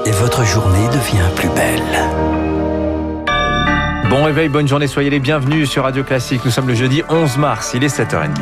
et votre journée devient plus belle. Bon réveil, bonne journée, soyez les bienvenus sur Radio Classique. Nous sommes le jeudi 11 mars, il est 7h30.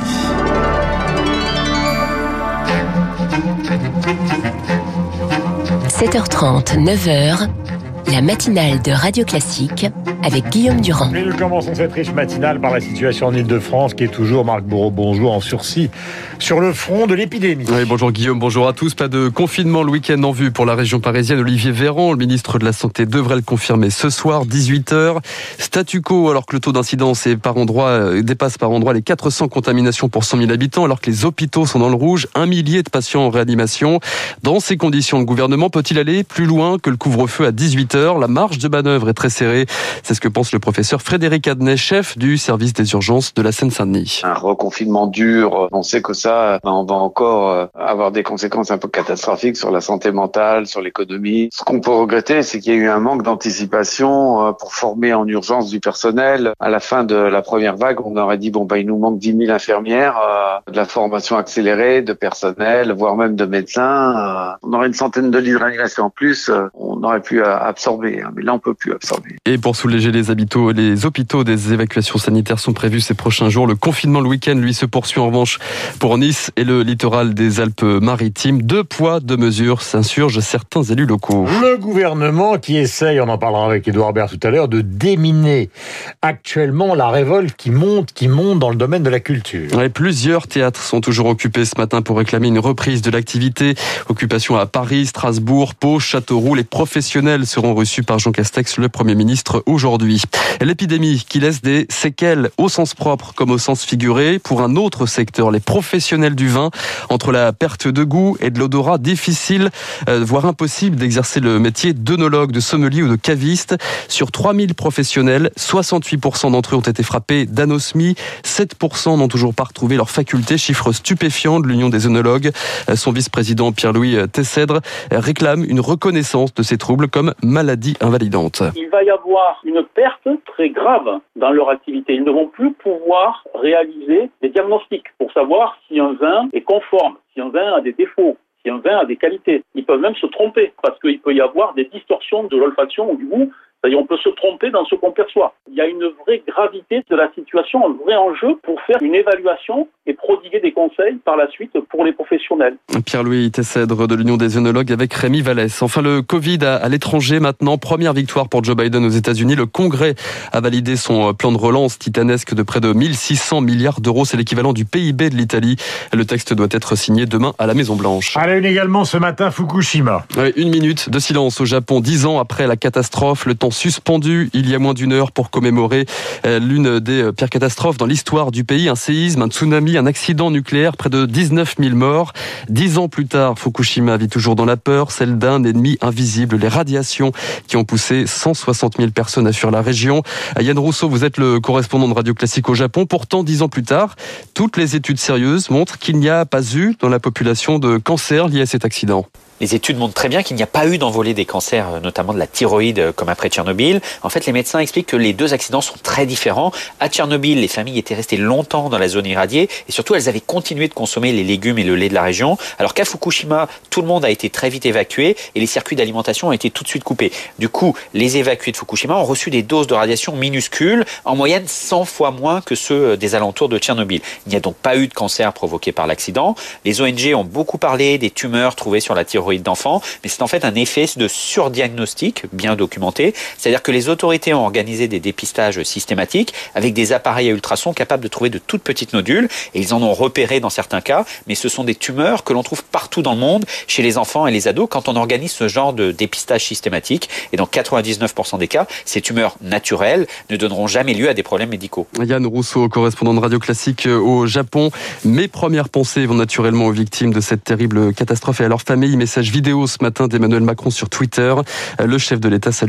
« 7h30, 9h, la matinale de Radio Classique avec Guillaume Durand. » Et nous commençons cette riche matinale par la situation en Ile-de-France qui est toujours, Marc Bourreau, bonjour, en sursis sur le front de l'épidémie. Oui, bonjour Guillaume, bonjour à tous. Pas de confinement le week-end en vue pour la région parisienne. Olivier Véran, le ministre de la Santé, devrait le confirmer ce soir, 18h. Statu quo, alors que le taux d'incidence dépasse par endroits les 400 contaminations pour 100 000 habitants, alors que les hôpitaux sont dans le rouge, 1 millier de patients en réanimation. Dans ces conditions, le gouvernement peut-il aller plus loin que le couvre-feu à 18h ? La marge de manœuvre est très serrée. C'est ce que pense le professeur Frédéric Adnet, chef du service des urgences de la Seine-Saint-Denis. Un reconfinement dur, on sait que ça, on va encore avoir des conséquences un peu catastrophiques sur la santé mentale, sur l'économie. Ce qu'on peut regretter, c'est qu'il y a eu un manque d'anticipation pour former en urgence du personnel. À la fin de la première vague, on aurait dit, il nous manque 10 000 infirmières, de la formation accélérée, de personnel, voire même de médecins. On aurait une centaine de lits de réanimation en plus, on aurait pu absorber, mais là on peut plus absorber. Et pour soulager les hôpitaux, des évacuations sanitaires sont prévues ces prochains jours. Le confinement le week-end, lui, se poursuit en revanche pour Nice et le littoral des Alpes-Maritimes. 2 poids, 2 mesures, s'insurgent certains élus locaux. Le gouvernement qui essaye, on en parlera avec Édouard Baird tout à l'heure, de déminer actuellement la révolte qui monte dans le domaine de la culture. Ouais, plusieurs théâtres sont toujours occupés ce matin pour réclamer une reprise de l'activité. Occupation à Paris, Strasbourg, Pau, Châteauroux. Les professionnels seront reçus par Jean Castex, le Premier ministre, aujourd'hui. L'épidémie qui laisse des séquelles au sens propre comme au sens figuré pour un autre secteur, les professionnels du vin. Entre la perte de goût et de l'odorat, difficile, voire impossible d'exercer le métier d'œnologue, de sommelier ou de caviste. Sur 3000 professionnels, 68% d'entre eux ont été frappés d'anosmie, 7% n'ont toujours pas retrouvé leur faculté, chiffre stupéfiant de l'Union des œnologues. Son vice-président Pierre-Louis Tessèdre réclame une reconnaissance de ces troubles comme maladie invalidante. Il va y avoir une perte très grave dans leur activité. Ils ne vont plus pouvoir réaliser des diagnostics pour savoir si un vin est conforme, si un vin a des défauts, si un vin a des qualités. Ils peuvent même se tromper parce qu'il peut y avoir des distorsions de l'olfaction ou du goût. C'est-à-dire on peut se tromper dans ce qu'on perçoit. Il y a une vraie gravité de la situation, un vrai enjeu pour faire une évaluation et prodiguer des conseils par la suite pour les professionnels. Pierre-Louis Tessèdre de l'Union des œnologues avec Rémi Vallès. Enfin, le Covid à l'étranger maintenant. Première victoire pour Joe Biden aux États-Unis. Le Congrès a validé son plan de relance titanesque de près de 1600 milliards d'euros. C'est l'équivalent du PIB de l'Italie. Le texte doit être signé demain à la Maison-Blanche. À la une également ce matin, Fukushima. Ouais, 1 minute de silence au Japon, 10 ans après la catastrophe. Le temps suspendu il y a moins d'une heure pour commémorer l'une des pires catastrophes dans l'histoire du pays. Un séisme, un tsunami, un accident nucléaire, près de 19 000 morts. 10 ans plus tard, Fukushima vit toujours dans la peur, celle d'un ennemi invisible, les radiations qui ont poussé 160 000 personnes à fuir la région. Yann Rousseau, vous êtes le correspondant de Radio Classique au Japon. Pourtant, 10 ans plus tard, toutes les études sérieuses montrent qu'il n'y a pas eu dans la population de cancer lié à cet accident. Les études montrent très bien qu'il n'y a pas eu d'envolée des cancers, notamment de la thyroïde, comme après Tchernobyl. En fait, les médecins expliquent que les 2 accidents sont très différents. À Tchernobyl, les familles étaient restées longtemps dans la zone irradiée et surtout, elles avaient continué de consommer les légumes et le lait de la région. Alors qu'à Fukushima, tout le monde a été très vite évacué et les circuits d'alimentation ont été tout de suite coupés. Du coup, les évacués de Fukushima ont reçu des doses de radiation minuscules, en moyenne 100 fois moins que ceux des alentours de Tchernobyl. Il n'y a donc pas eu de cancer provoqué par l'accident. Les ONG ont beaucoup parlé des tumeurs trouvées sur la thyroïde d'enfants, mais c'est en fait un effet de surdiagnostic bien documenté, c'est-à-dire que les autorités ont organisé des dépistages systématiques avec des appareils à ultrasons capables de trouver de toutes petites nodules, et ils en ont repéré dans certains cas, mais ce sont des tumeurs que l'on trouve partout dans le monde, chez les enfants et les ados, quand on organise ce genre de dépistage systématique, et dans 99% des cas, ces tumeurs naturelles ne donneront jamais lieu à des problèmes médicaux. Yann Rousseau, correspondant de Radio Classique au Japon. Mes premières pensées vont naturellement aux victimes de cette terrible catastrophe et à leurs familles. Message vidéo ce matin d'Emmanuel Macron sur Twitter. Le chef de l'État salue le courage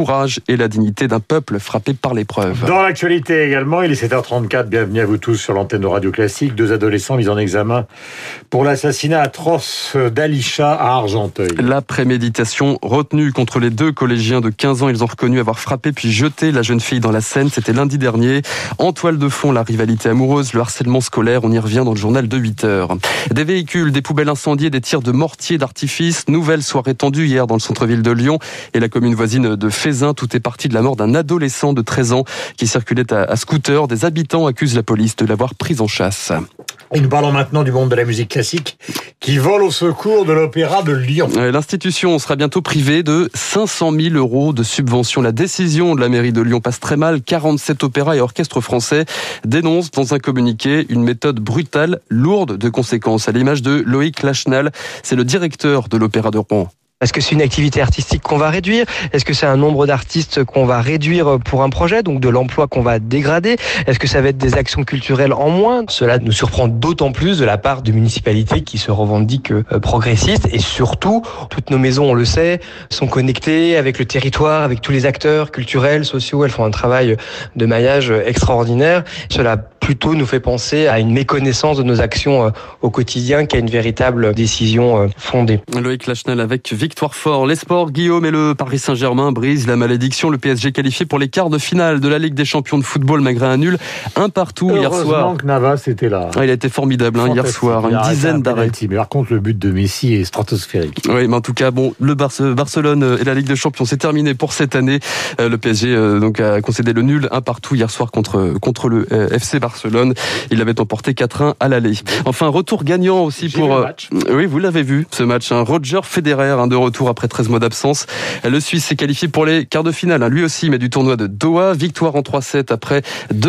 courage et la dignité d'un peuple frappé par l'épreuve. Dans l'actualité également, il est 7h34, bienvenue à vous tous sur l'antenne de Radio Classique. 2 adolescents mis en examen pour l'assassinat atroce d'Alisha à Argenteuil. La préméditation retenue contre les 2 collégiens de 15 ans. Ils ont reconnu avoir frappé puis jeté la jeune fille dans la Seine. C'était lundi dernier. En toile de fond, la rivalité amoureuse, le harcèlement scolaire. On y revient dans le journal de 8h. Des véhicules, des poubelles incendiées, des tirs de mortier d'artifice. Nouvelle soirée tendue hier dans le centre-ville de Lyon et la commune voisine de Fézin. Tout est parti de la mort d'un adolescent de 13 ans qui circulait à scooter. Des habitants accusent la police de l'avoir pris en chasse. Et nous parlons maintenant du monde de la musique classique qui vole au secours de l'Opéra de Lyon. L'institution sera bientôt privée de 500 000 € de subvention. La décision de la mairie de Lyon passe très mal. 47 opéras et orchestres français dénoncent dans un communiqué une méthode brutale, lourde de conséquences. À l'image de Loïc Lachenal, c'est le directeur de l'Opéra de Rouen. Est-ce que c'est une activité artistique qu'on va réduire ? Est-ce que c'est un nombre d'artistes qu'on va réduire pour un projet, donc de l'emploi qu'on va dégrader ? Est-ce que ça va être des actions culturelles en moins ? Cela nous surprend d'autant plus de la part de municipalités qui se revendiquent progressistes et surtout, toutes nos maisons, on le sait, sont connectées avec le territoire, avec tous les acteurs culturels, sociaux. Elles font un travail de maillage extraordinaire. Cela plutôt nous fait penser à une méconnaissance de nos actions au quotidien qu'à une véritable décision fondée. Loïc Lachenal avec victoire fort. Les sports, Guillaume, et le Paris Saint-Germain brisent la malédiction. Le PSG qualifié pour les quarts de finale de la Ligue des champions de football malgré un nul 1-1 hier soir. Heureusement que Navas était là. Il a été formidable hier soir, une dizaine d'arrêts. Mais par contre, le but de Messi est stratosphérique. Oui, mais en tout cas, le Barcelone et la Ligue des champions, c'est terminé pour cette année. Le PSG donc a concédé le nul 1-1 hier soir contre le FC Barcelone. Il avait emporté 4-1 à l'aller. Enfin, retour gagnant aussi pour... oui, vous l'avez vu, ce match. Roger Federer, de retour après 13 mois d'absence. Le Suisse s'est qualifié pour les quarts de finale. Lui aussi, mais du tournoi de Doha. Victoire en 3-7 après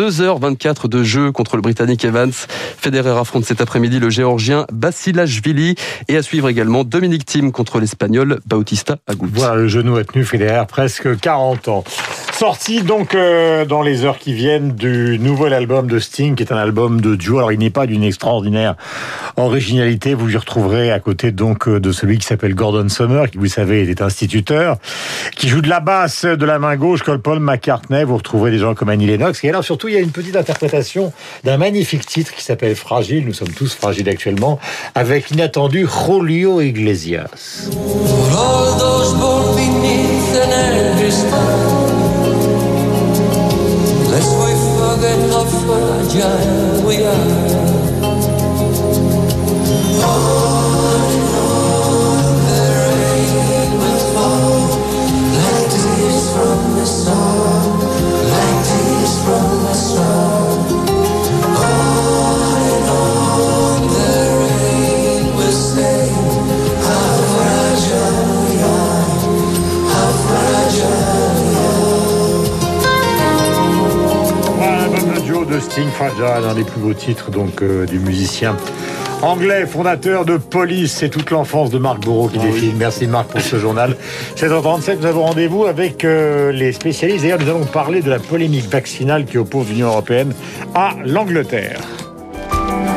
2h24 de jeu contre le Britannique Evans. Federer affronte cet après-midi le Géorgien Basilashvili. Et à suivre également Dominic Thiem contre l'Espagnol Bautista Agut. Voilà, le genou a tenu Federer presque 40 ans. Sorti donc dans les heures qui viennent du nouvel album de Sting, qui est un album de duo. Alors il n'est pas d'une extraordinaire originalité. Vous y retrouverez à côté donc de celui qui s'appelle Gordon Summer, qui vous savez était instituteur, qui joue de la basse de la main gauche comme Paul McCartney. Vous retrouverez des gens comme Annie Lennox. Et alors surtout il y a une petite interprétation d'un magnifique titre qui s'appelle Fragile. Nous sommes tous fragiles actuellement, avec l'inattendu Julio Iglesias. Lest we forget how fragile we are. On the rain will fall, like tears from the storm, like tears from the storm. On the rain will say how fragile we are, how fragile we are. De Sting, Fragile, un des plus beaux titres donc du musicien anglais, fondateur de Police. C'est toute l'enfance de Marc Bourreau qui défile. Merci Marc pour ce journal. 7h37, nous avons rendez-vous avec les spécialistes. D'ailleurs, nous allons parler de la polémique vaccinale qui oppose l'Union européenne à l'Angleterre.